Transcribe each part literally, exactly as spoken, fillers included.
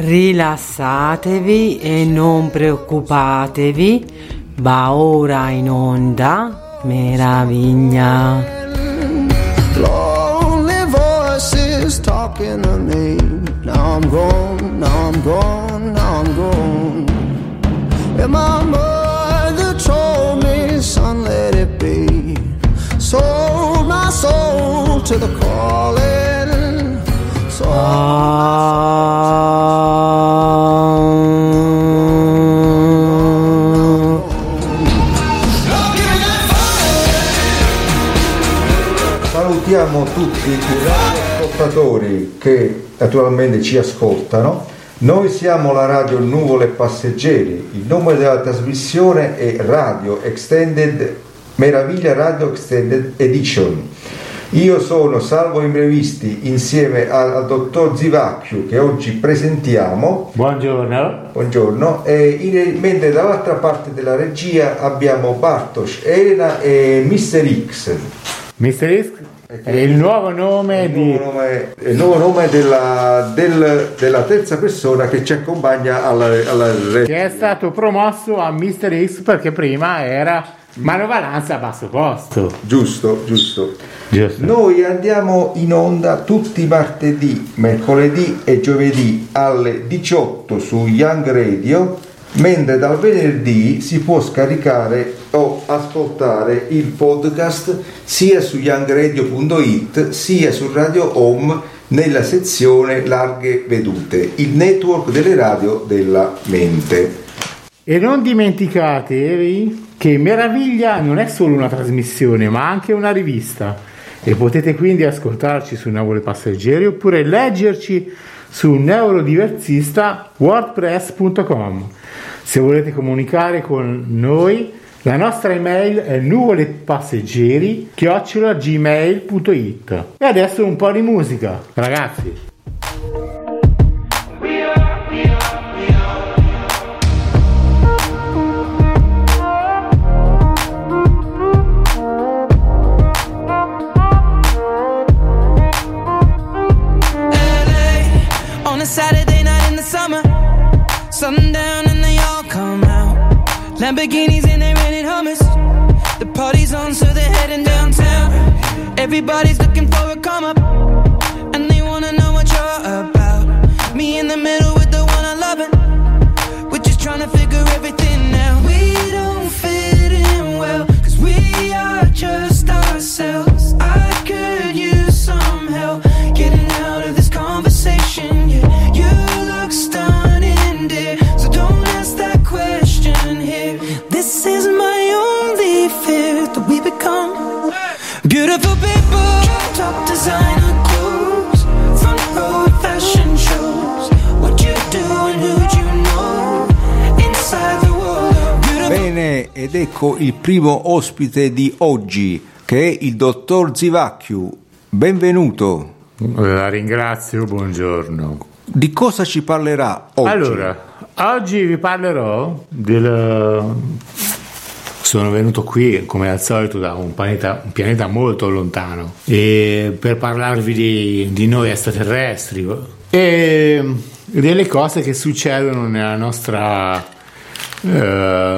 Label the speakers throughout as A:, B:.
A: Rilassatevi e non preoccupatevi, va ora in onda Meraviglia.
B: Lonely voices talking to me. Now I'm gone, now I'm gone, now I'm gone. And my mother told me, son, let it be. Sold my soul to the calling. So
C: salutiamo tutti i ascoltatori che naturalmente ci ascoltano. Noi siamo la radio Nuvole Passeggeri, il nome della trasmissione è Radio Extended Meraviglia Radio Extended Edition. Io sono Salvo Imprevisti insieme al, al dottor Zivacchiu che oggi presentiamo.
D: Buongiorno.
C: Buongiorno. E in, mentre dall'altra parte della regia abbiamo Bartosz, Elena e mister X.
D: mister X è il nuovo nome,
C: il
D: di...
C: nuovo nome, il nuovo nome della, del, della terza persona che ci accompagna alla, alla regia.
D: Che è stato promosso a mister X perché prima era manovalanza a basso costo.
C: Giusto, giusto.
D: Giusto.
C: Noi andiamo in onda tutti i martedì, mercoledì e giovedì alle diciotto su Young Radio, mentre dal venerdì si può scaricare o ascoltare il podcast sia su young radio punto it sia su Radio Home nella sezione Larghe Vedute, il network delle radio della mente.
D: E non dimenticatevi che Meraviglia non è solo una trasmissione ma anche una rivista e potete quindi ascoltarci su Nuvole Passeggeri oppure leggerci su neurodiversista wordpress punto com. Se volete comunicare con noi, la nostra email è nuvolepasseggeri chiocciola gmail punto it. E adesso un po' di musica, ragazzi.
E: Saturday night in the summer, sundown and they all come out. Lamborghinis and they rented hummus. The party's on, so they're heading downtown. Everybody's looking for a come up, and they wanna know what you're about. Me in the middle with the one I love it. We're just trying to figure everything out. We don't fit in well, cause we are just ourselves. I could use some help getting out of this conversation, yeah. You look stunning, dear, so don't ask that question here. This is my only fear, that we become beautiful people. Top designer clothes, front row fashion shows. What you do and who'd you know, inside the world.
C: Bene, ed ecco il primo ospite di oggi, che è il dottor Zivacchiu. Benvenuto.
D: La ringrazio, buongiorno.
C: Di cosa ci parlerà oggi?
D: Allora, oggi vi parlerò del... Sono venuto qui, come al solito, da un pianeta, un pianeta molto lontano, e per parlarvi di, di noi extraterrestri e delle cose che succedono nella nostra eh,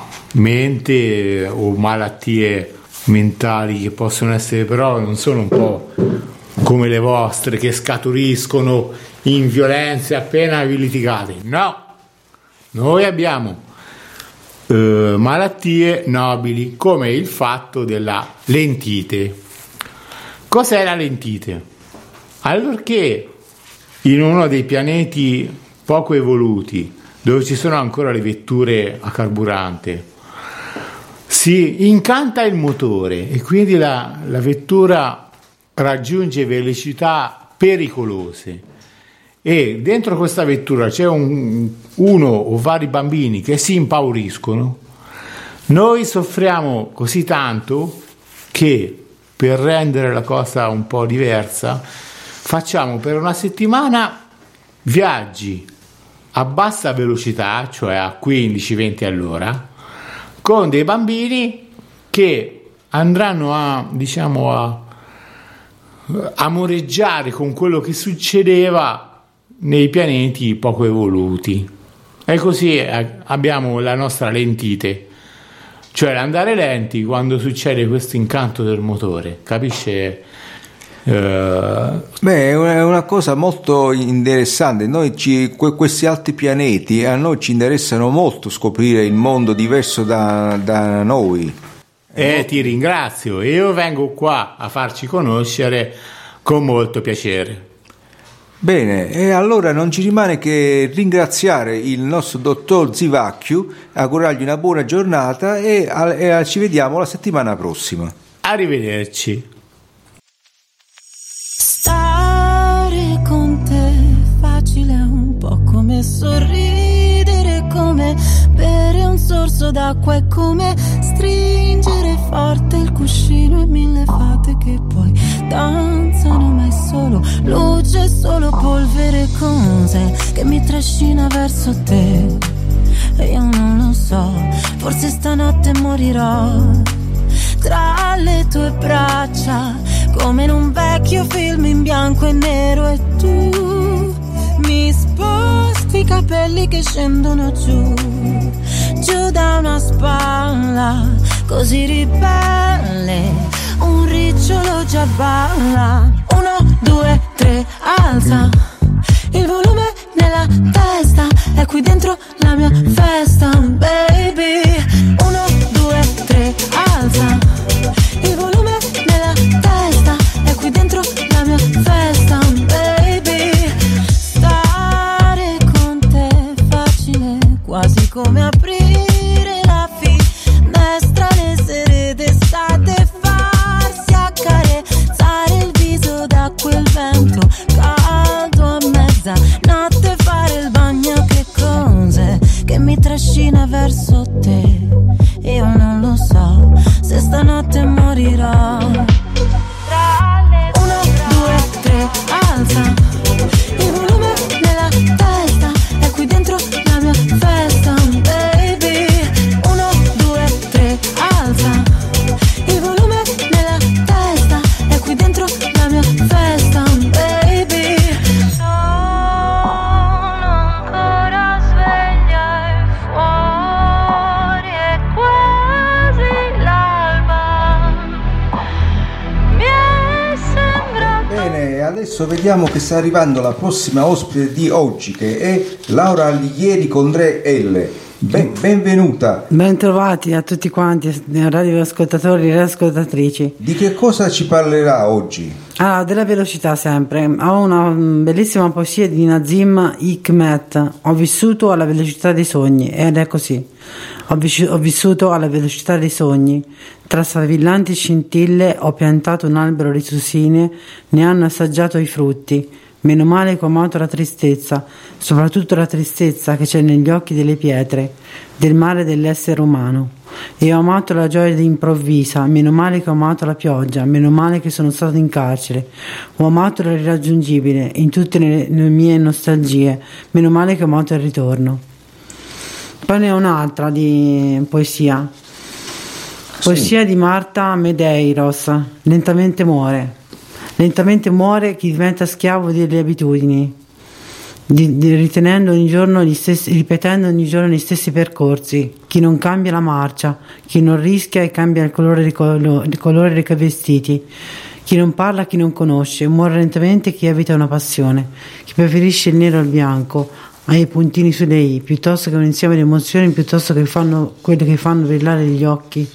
D: mente, o malattie mentali che possono essere, però non sono un po' come le vostre che scaturiscono in violenze appena vi litigate. No, noi abbiamo eh, malattie nobili, come il fatto della lentite. Cos'è la lentite? Allorché in uno dei pianeti poco evoluti, dove ci sono ancora le vetture a carburante, si incanta il motore e quindi la, la vettura raggiunge velocità pericolose, e dentro questa vettura c'è un, uno o vari bambini che si impauriscono, noi soffriamo così tanto che, per rendere la cosa un po' diversa, facciamo per una settimana viaggi a bassa velocità, cioè a quindici venti all'ora, con dei bambini che andranno a, diciamo, a amoreggiare con quello che succedeva nei pianeti poco evoluti. E così eh, abbiamo la nostra lentite, cioè l'andare lenti quando succede questo incanto del motore, capisce? Uh...
C: Beh, è una, è una cosa molto interessante. Noi ci, que, questi altri pianeti a noi ci interessano molto scoprire il mondo diverso da, da noi.
D: E molto... ti ringrazio, io vengo qua a farci conoscere con molto piacere.
C: Bene, e allora non ci rimane che ringraziare il nostro dottor Zivacchiu, augurargli una buona giornata e, e ci vediamo la settimana prossima.
D: Arrivederci.
F: Stare con te facile è un po' come sorridere, come bere un sorso d'acqua, è come stringere forte il cuscino e mille fate che poi danzano, ma è solo luce, è solo polvere, cos'è che mi trascina verso te e io non lo so, forse stanotte morirò tra le tue braccia come in un vecchio film in bianco e nero, e tu mi sposti i capelli che scendono giù, giù da una spalla così ribelle, un ricciolo già balla. Uno, due, tre, alza il volume nella testa, è qui dentro la mia festa, baby. Uno, due, tre, alza il volume nella testa, è qui dentro la mia festa, baby. Stare con te è facile, quasi come aprire la finestra le sere d'estate, farsi accarezzare il viso da quel vento caldo a mezzanotte, fare il bagno, che cos'è che mi trascina verso te, io non lo so se stanotte morirò. Uno, due, tre, alza il volume nella testa, è qui dentro la mia festa, baby. Uno, due, tre, alza il volume nella testa, è qui dentro la mia festa, baby. Sono ancora sveglia e fuori è quasi l'alba, mi sembra.
C: Bene, adesso vediamo che sta arrivando la prossima ospite di oggi, che è Laura Alighieri con tre L. Ben, benvenuta.
A: Bentrovati a tutti quanti, radioascoltatori e ascoltatrici.
C: Di che cosa ci parlerà oggi?
A: Ah, della velocità sempre. Ho una bellissima poesia di Nazim Hikmet. Ho vissuto alla velocità dei sogni, ed è così. Ho, vis- ho vissuto alla velocità dei sogni. Tra sfavillanti scintille ho piantato un albero di susine, ne hanno assaggiato i frutti. Meno male che ho amato la tristezza, soprattutto la tristezza che c'è negli occhi delle pietre, del male dell'essere umano. E ho amato la gioia improvvisa, meno male che ho amato la pioggia, meno male che sono stato in carcere. Ho amato l'irraggiungibile in tutte le, le mie nostalgie, meno male che ho amato il ritorno. Poi ne ho un'altra di poesia. Poesia sì. Di Marta Medeiros, Lentamente muore. Lentamente muore chi diventa schiavo delle abitudini, di, di, ritenendo ogni giorno gli stessi, ripetendo ogni giorno gli stessi percorsi, chi non cambia la marcia, chi non rischia e cambia il colore dei colo, colore dei vestiti, chi non parla, chi non conosce, muore lentamente chi evita una passione, chi preferisce il nero al bianco, ai puntini sulle i, piuttosto che un insieme di emozioni, piuttosto che fanno quelle che fanno brillare gli occhi,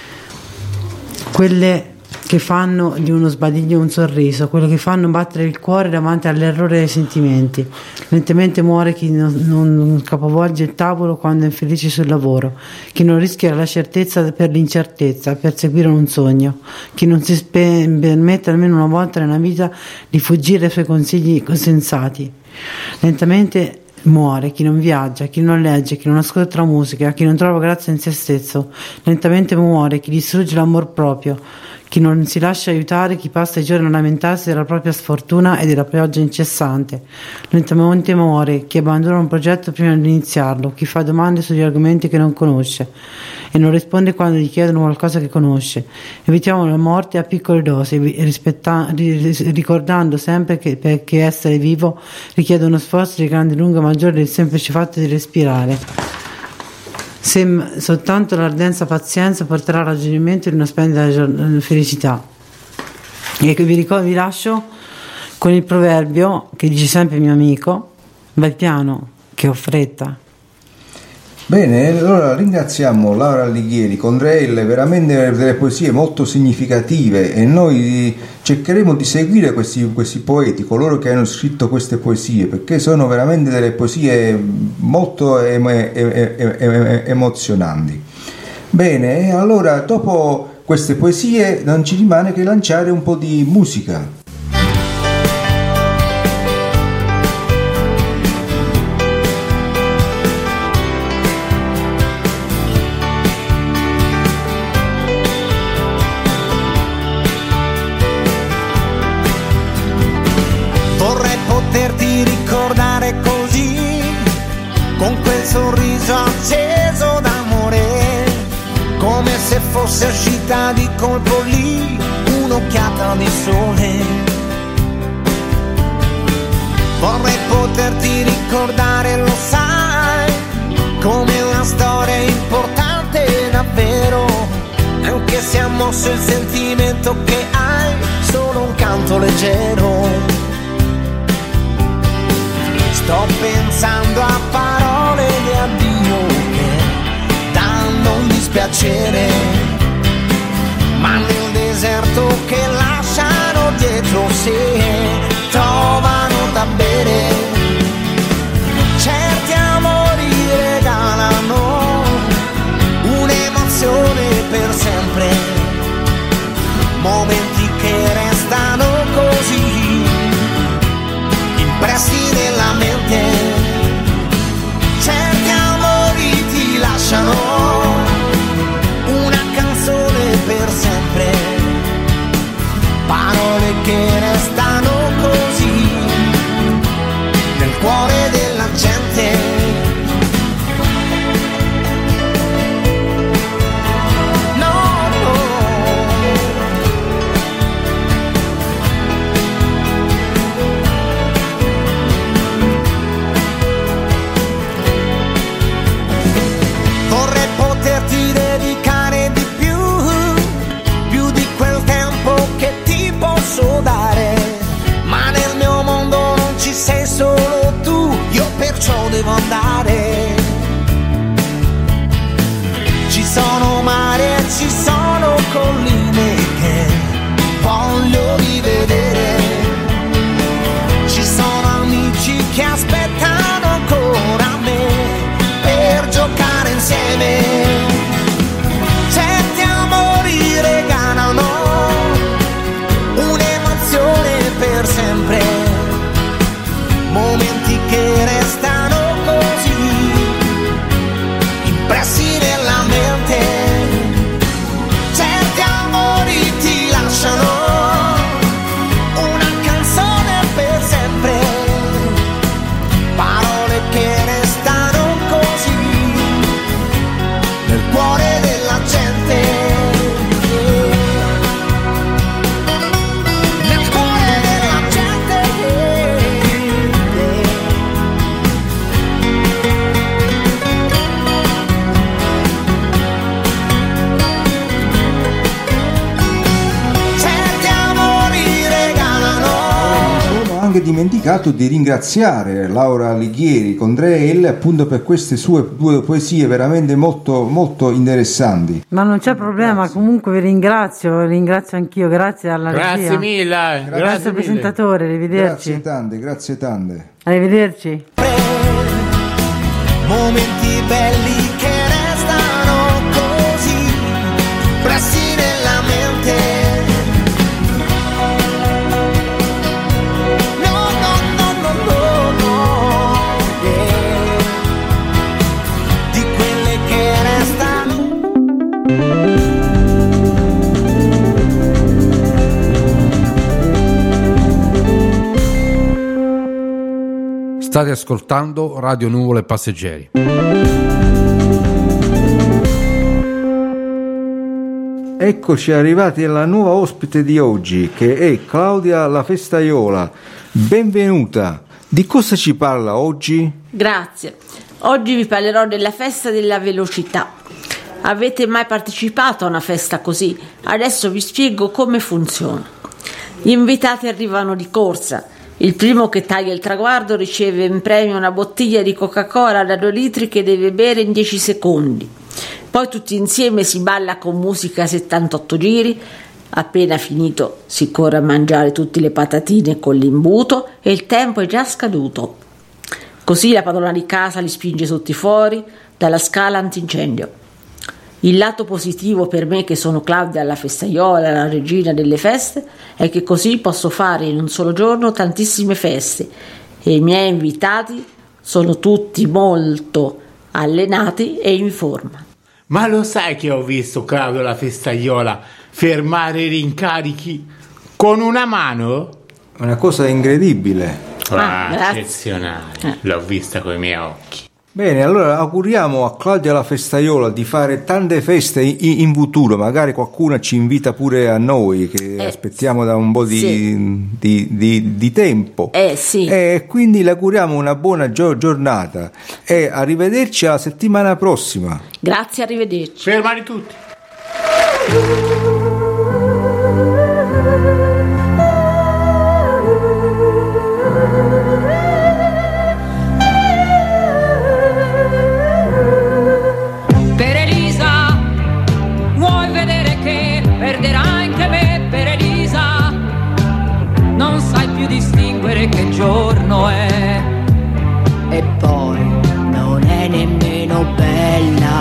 A: quelle che fanno di uno sbadiglio un sorriso, quello che fanno battere il cuore davanti all'errore dei sentimenti. Lentamente muore chi non, non capovolge il tavolo quando è infelice sul lavoro, chi non rischia la certezza per l'incertezza, per seguire un sogno, chi non si spe- permette almeno una volta nella vita di fuggire ai suoi consigli sensati. Lentamente muore chi non viaggia, chi non legge, chi non ascolta la musica, chi non trova grazia in se stesso. Lentamente muore chi distrugge l'amor proprio, chi non si lascia aiutare, chi passa i giorni a lamentarsi della propria sfortuna e della pioggia incessante. Lentamente muore chi abbandona un progetto prima di iniziarlo, chi fa domande sugli argomenti che non conosce e non risponde quando gli chiedono qualcosa che conosce. Evitiamo la morte a piccole dosi, rispetta- ricordando sempre che perché essere vivo richiede uno sforzo di grande lunga maggiore del semplice fatto di respirare. Sem- soltanto l'ardenza pazienza porterà al raggiungimento di una splendida gior- felicità. E vi, ricordo, vi lascio con il proverbio che dice sempre mio amico: vai piano che ho fretta.
C: Bene, allora ringraziamo Laura Alighieri con delle veramente delle poesie molto significative, e noi cercheremo di seguire questi, questi poeti, coloro che hanno scritto queste poesie, perché sono veramente delle poesie molto emo- emo- emozionanti. Bene, allora dopo queste poesie non ci rimane che lanciare un po' di musica.
B: Acceso d'amore, come se fosse uscita di colpo lì un'occhiata di sole. Vorrei poterti ricordare, lo sai, come una storia importante davvero, anche se ha mosso il sentimento che hai, solo un canto leggero. Sto pensando a parole di addio che danno un dispiacere, ma nel deserto che lasciano dietro sé trovano da bere. Certi amori regalano un'emozione per sempre, momenti che restano così impressi nella mente. Certi amori ti lasciano una canzone per sempre, parole che restano così nel cuore della gente. Devo andare. Ci sono mari e ci sono colline che voglio rivedere. Ci sono amici che aspettano ancora me per giocare insieme. Certi amori regalano un'emozione per sempre, momenti che restano impressi nella mente. Certi amori ti lasciano una canzone per sempre, parole che restano così nel cuore della gente. Nel cuore della gente.
C: Anche dimenticato di ringraziare Laura Alighieri con Dreil appunto per queste sue due poesie veramente molto molto interessanti.
A: Ma non c'è problema, grazie. Comunque vi ringrazio, ringrazio anch'io, grazie alla
D: grazie
A: regia.
D: Mille, grazie,
A: grazie al presentatore, arrivederci.
C: Grazie tante, grazie tante.
A: Arrivederci.
B: Momenti belli che restano così pressi nella mente.
G: State ascoltando Radio Nuvole Passeggeri.
C: Eccoci arrivati alla nuova ospite di oggi, che è Claudia La Festaiola. Benvenuta. Di cosa ci parla oggi?
H: Grazie. Oggi vi parlerò della festa della velocità. Avete mai partecipato a una festa così? Adesso vi spiego come funziona. Gli invitati arrivano di corsa. Il primo che taglia il traguardo riceve in premio una bottiglia di Coca-Cola da due litri che deve bere in dieci secondi. Poi tutti insieme si balla con musica a settantotto giri. Appena finito si corre a mangiare tutte le patatine con l'imbuto e il tempo è già scaduto. Così la padrona di casa li spinge tutti fuori dalla scala antincendio. Il lato positivo per me, che sono Claudia La Festaiola, la regina delle feste, è che così posso fare in un solo giorno tantissime feste e i miei invitati sono tutti molto allenati e in forma.
D: Ma lo sai che ho visto Claudia La Festaiola fermare i rincarichi con una mano?
C: Una cosa incredibile.
D: Ah,
H: Ah,
D: eccezionale,
H: eh.
D: l'ho vista con i miei occhi.
C: Bene, allora auguriamo a Claudia La Festaiola di fare tante feste in, in futuro, magari qualcuna ci invita pure a noi, che
H: Eh,
C: aspettiamo da un po' di,
H: sì.
C: di, di, di tempo.
H: Eh sì.
C: E quindi le auguriamo una buona gio- giornata e arrivederci alla settimana prossima.
H: Grazie, arrivederci.
D: Fermati tutti.
I: Per Elisa, vuoi vedere che perderà anche me? Per Elisa, non sai più distinguere che giorno è.
F: E poi non è nemmeno bella.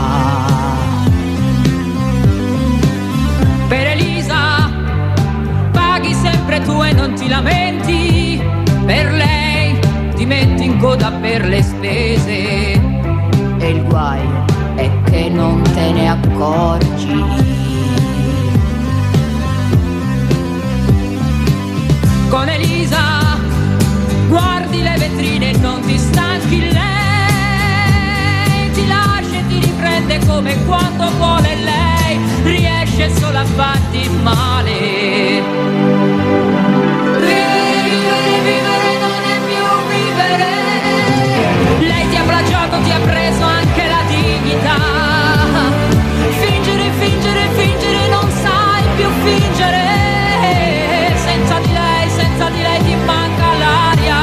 I: Per Elisa, paghi sempre tu e non ti lamenti. Per lei, ti metti in coda per le spese.
F: E il guaio è che non te ne accorgi.
I: Con Elisa, guardi le vetrine e non ti stanchi. Lei ti lascia e ti riprende come quando vuole lei. Riesce solo a farti male. Vivere, vivere non è più vivere. Lei ti ha plagiato, ti ha preso anche la dignità. Fingere, fingere, fingere, non sai più fingere. Senza di lei, senza di lei ti manca l'aria.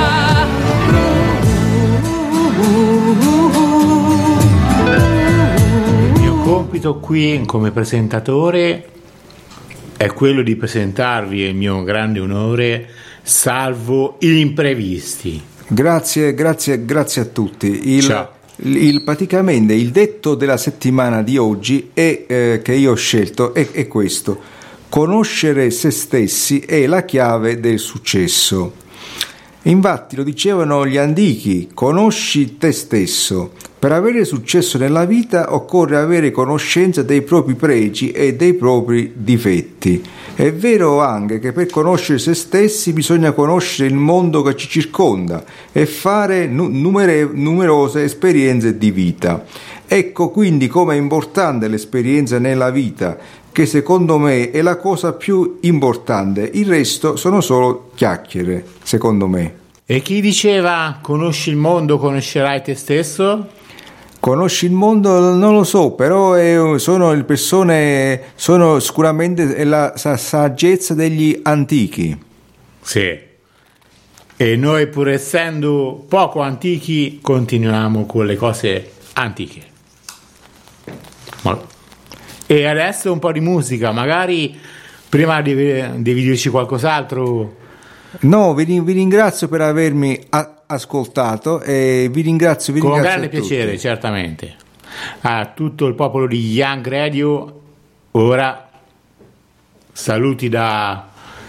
D: Il mio compito qui come presentatore è quello di presentarvi, è il mio grande onore, salvo gli imprevisti.
C: Grazie, grazie, grazie a tutti. Il,
D: Ciao.
C: il- praticamente il detto della settimana di oggi è, eh, che io ho scelto è, è questo: conoscere se stessi è la chiave del successo. Infatti lo dicevano gli antichi: conosci te stesso. Per avere successo nella vita occorre avere conoscenza dei propri pregi e dei propri difetti. È vero anche che per conoscere se stessi bisogna conoscere il mondo che ci circonda e fare nu- numere- numerose esperienze di vita. Ecco quindi come è importante l'esperienza nella vita, che secondo me è la cosa più importante. Il resto sono solo chiacchiere, secondo me.
D: E chi diceva conosci il mondo, conoscerai te stesso?
C: Conosci il mondo, non lo so, però è- sono le persone, sono sicuramente è la sa- saggezza degli antichi.
D: Sì. E noi, pur essendo poco antichi, continuiamo con le cose antiche. Ma- E adesso un po' di musica, magari prima devi, devi dirci qualcos'altro.
C: No, vi, ri- vi ringrazio per avermi a- ascoltato e vi ringrazio, vi
D: Con
C: ringrazio
D: grande
C: a tutti.
D: piacere, certamente. A tutto il popolo di Young Radio, ora saluti da...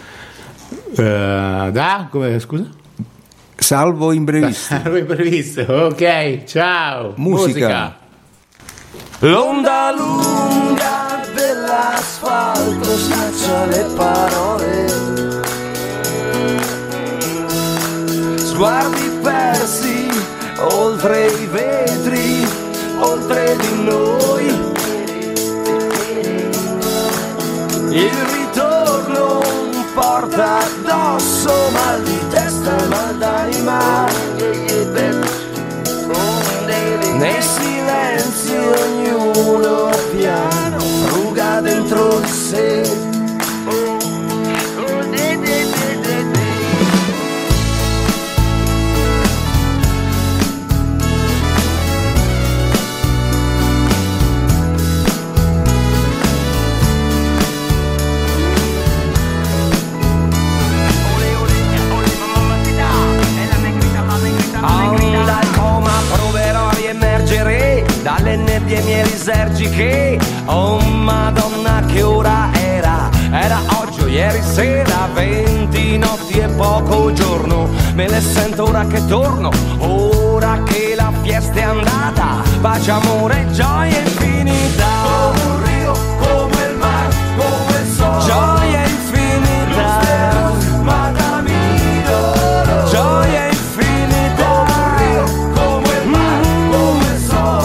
D: eh, da... come, scusa?
C: Salvo imprevisti.
D: Salvo imprevisto, ok, ciao.
C: Musica.
B: L'onda lunga dell'asfalto snaccia le parole, sguardi persi
J: oltre i vetri, oltre di noi. Il ritorno porta addosso mal di testa e mal d'anima. Nei silenzi ognuno piano fruga dentro di sé. Dalle nebbie mie lisergiche, oh madonna che ora era, era oggi o ieri sera, venti notti e poco giorno, me le sento ora che torno, ora che la fiesta è andata, pace, amore, gioia infinita, come un rio, come il mare, come il sole, gioia infinita, ma cammino, gioia infinita, come un rio, come il mare, come il sole.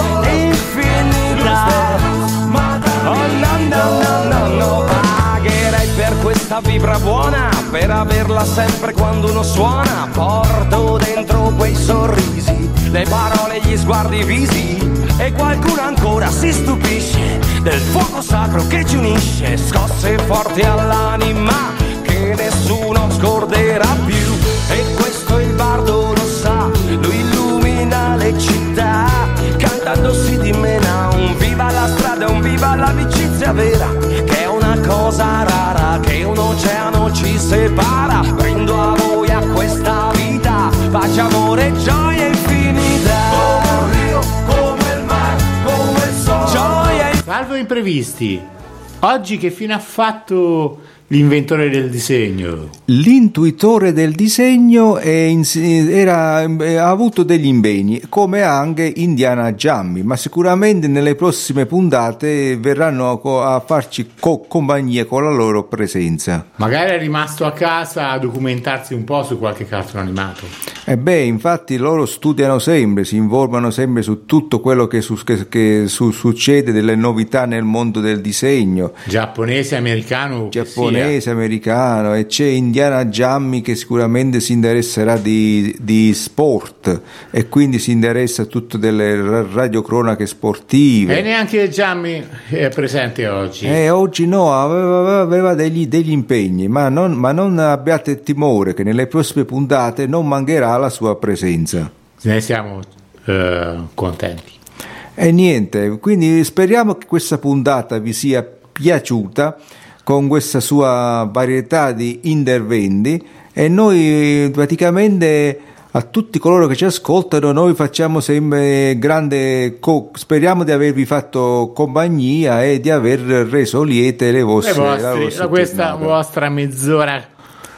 J: Oh no no no no no, pagherei per questa vibra buona, per averla sempre quando uno suona. Porto dentro quei sorrisi, le parole, gli sguardi, i visi, e qualcuno ancora si stupisce del fuoco sacro che ci unisce. Scosse forti all'anima che nessuno scorderà più, e questo il bardo lo sa, lui illumina le città, cantando si dimena un viva la strada, un viva l'amicizia vera, che è una cosa rara, che un oceano ci separa. Brindo a voi, a questa vita, pace, amore, gioia infinita, come un rio, come il mare, come il sole, gioia infinita.
D: Salvo imprevisti, oggi che fine ha fatto l'inventore del disegno?
C: L'intuitore del disegno è in, era, ha avuto degli impegni, come anche Indiana Giammi, ma sicuramente nelle prossime puntate verranno a farci co- compagnia con la loro presenza.
D: Magari è rimasto a casa a documentarsi un po' su qualche cartone animato.
C: E beh, infatti loro studiano sempre, si informano sempre su tutto quello che, su, che, che su, succede, delle novità nel mondo del disegno.
D: Giapponese, americano,
C: Giapponese, americano, e c'è Indiana Giammi che sicuramente si interesserà di, di sport, e quindi si interessa a tutto delle radiocronache sportive.
D: E neanche Giammi è presente oggi.
C: Eh, oggi no, aveva, aveva degli, degli impegni, ma non, ma non abbiate timore che nelle prossime puntate non mancherà la sua presenza.
D: Ne siamo eh, contenti.
C: E niente, quindi speriamo che questa puntata vi sia piaciuta, con questa sua varietà di interventi, e noi praticamente a tutti coloro che ci ascoltano noi facciamo sempre grande co- speriamo di avervi fatto compagnia e di aver reso liete le vostre,
D: le vostri,
C: la vostra
D: questa
C: giornata.
D: vostra mezz'ora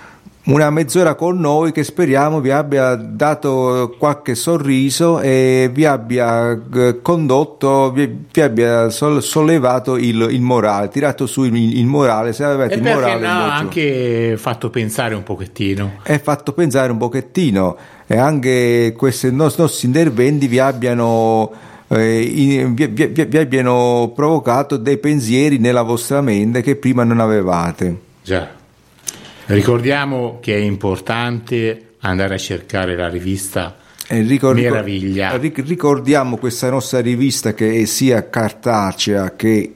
C: Una mezz'ora con noi che speriamo vi abbia dato qualche sorriso e vi abbia condotto, vi, vi abbia sollevato il, il morale, tirato su il, il morale, se avete
D: e
C: il
D: perché
C: morale.
D: no, anche fatto pensare un pochettino.
C: È fatto pensare un pochettino, e anche questi nostri interventi vi abbiano eh, vi, vi, vi, vi abbiano provocato dei pensieri nella vostra mente che prima non avevate.
D: Già. Ricordiamo che è importante andare a cercare la rivista
C: eh, ricord-
D: Meraviglia.
C: Ricordiamo questa nostra rivista che è sia cartacea che,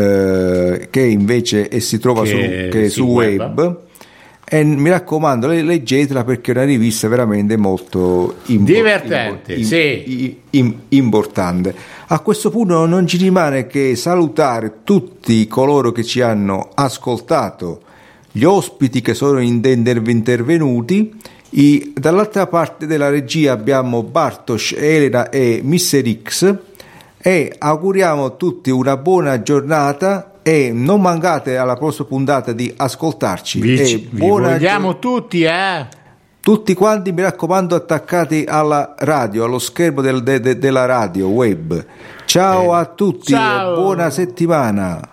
C: eh, che invece e si trova che, su, che su web. web. E mi raccomando, leggetela perché è una rivista veramente molto impor-
D: divertente,
C: impor-
D: sì.
C: im- importante. A questo punto non ci rimane che salutare tutti coloro che ci hanno ascoltato, gli ospiti che sono intervenuti. I, dall'altra parte della regia abbiamo Bartosz, Elena e mister X, e auguriamo a tutti una buona giornata e non mancate alla prossima puntata di ascoltarci.
D: Vi,
C: e
D: vi
C: buona
D: vogliamo gio- tutti eh
C: tutti quanti, mi raccomando, attaccati alla radio, allo schermo del, de, de, della radio web. Ciao eh. a tutti. Ciao. E buona settimana.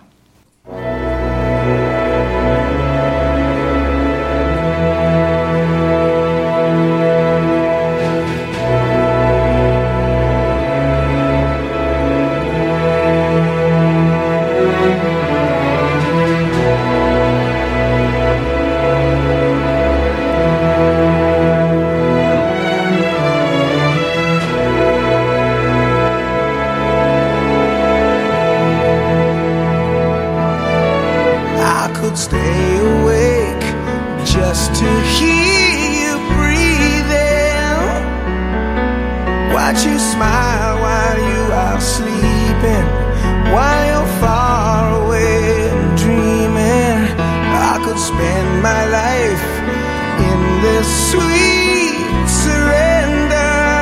B: could stay awake just to hear you breathing. Watch you smile while you are sleeping, while you're far away and dreaming. I could spend my life in this sweet surrender.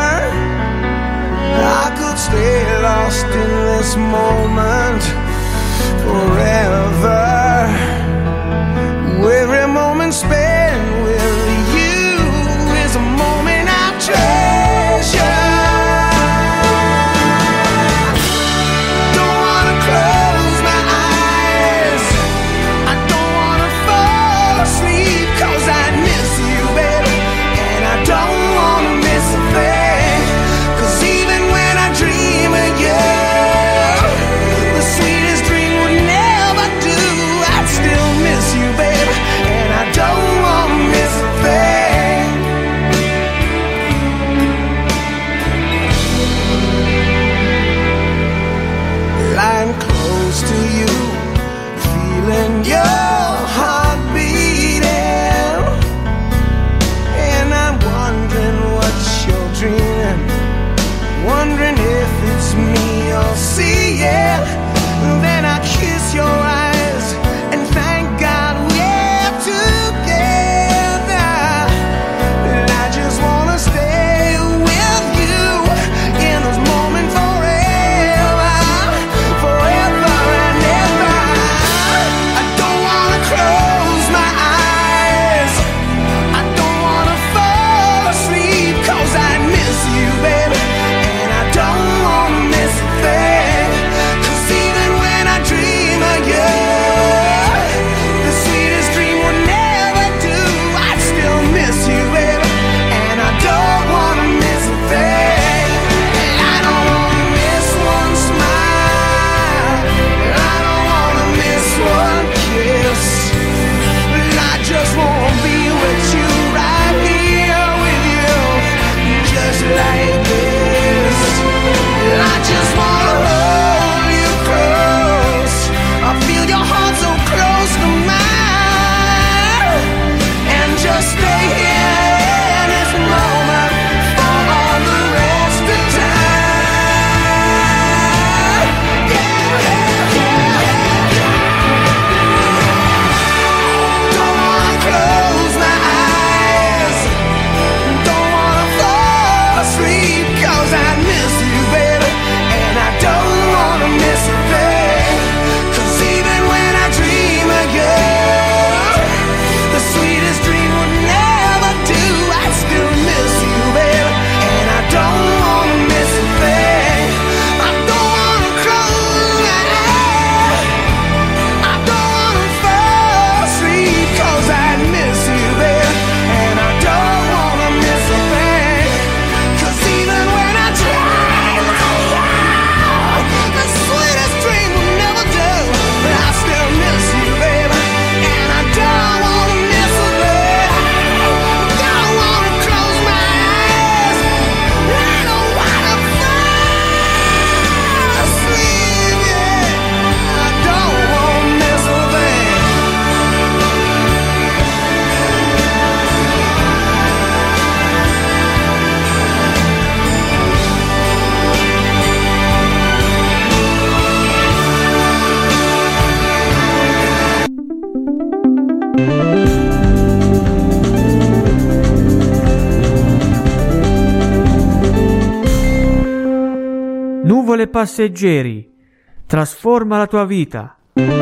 B: I could stay lost in this moment forever. Every moment spent with you is a moment I treasure. Don't wanna close my eyes, I don't wanna fall asleep, 'cause I miss you, baby, and I don't wanna miss a thing. 'Cause even when I dream of you, the sweetest dream would never do. I'd still miss you, baby, and I don't wanna miss a thing. Lying close to you, feeling your heart beating, and I'm wondering what you're dreaming, wondering if it's me you'll see, yeah. Then I kiss your eyes and thank God we're together. And I just wanna stay with you in this moment forever, forever and ever. I don't wanna close my eyes, I don't wanna fall asleep, 'cause I miss you, baby, and I don't wanna miss a thing. 'Cause even when I dream of you, the sweetest dream will never do. I'd still miss you, baby, and I don't wanna miss a thing. I don't wanna miss one smile, I don't wanna miss one kiss. I just wanna be with you, right here with you, just like this. I just wanna hold you close, I feel your heart so close to mine, and just stay here in this moment for all the rest of time. Yeah, yeah, yeah, yeah. Don't wanna close my eyes, don't wanna fall asleep, 'cause I miss you, baby, and I don't wanna miss a thing. 'Cause even when I dream of you, the sweetest dream would never do. I still miss you, baby, and I don't wanna miss a thing. I don't wanna close my eyes, I don't wanna fall asleep, 'cause I miss you, baby, and I don't wanna miss a thing. 'Cause even when I dream of you, the sweetest dream will never do. But I still miss you, baby, and I don't wanna miss a thing. Don't wanna close my eyes, I don't wanna fall asleep, yeah. I don't wanna miss a thing.
K: Nuvole passeggeri, trasforma la tua vita.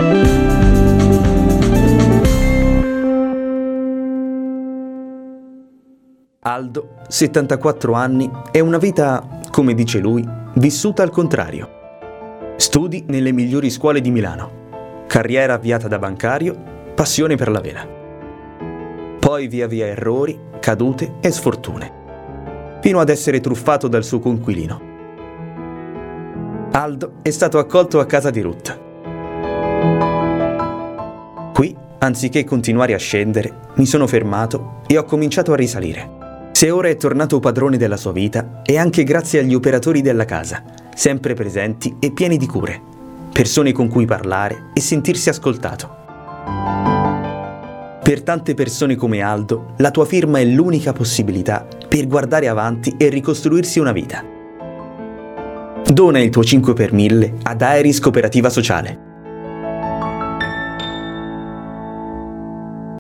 L: Aldo, settantaquattro anni, è una vita, come dice lui, vissuta al contrario. Studi nelle migliori scuole di Milano, carriera avviata da bancario, passione per la vela. Poi via via errori, cadute e sfortune, fino ad essere truffato dal suo coinquilino. Aldo è stato accolto a casa di Ruth. Qui, anziché continuare a scendere, mi sono fermato e ho cominciato a risalire. Se ora è tornato padrone della sua vita, è anche grazie agli operatori della casa, sempre presenti e pieni di cure, persone con cui parlare e sentirsi ascoltato. Per tante persone come Aldo, la tua firma è l'unica possibilità per guardare avanti e ricostruirsi una vita. Dona il tuo cinque per mille ad Aeris Cooperativa Sociale.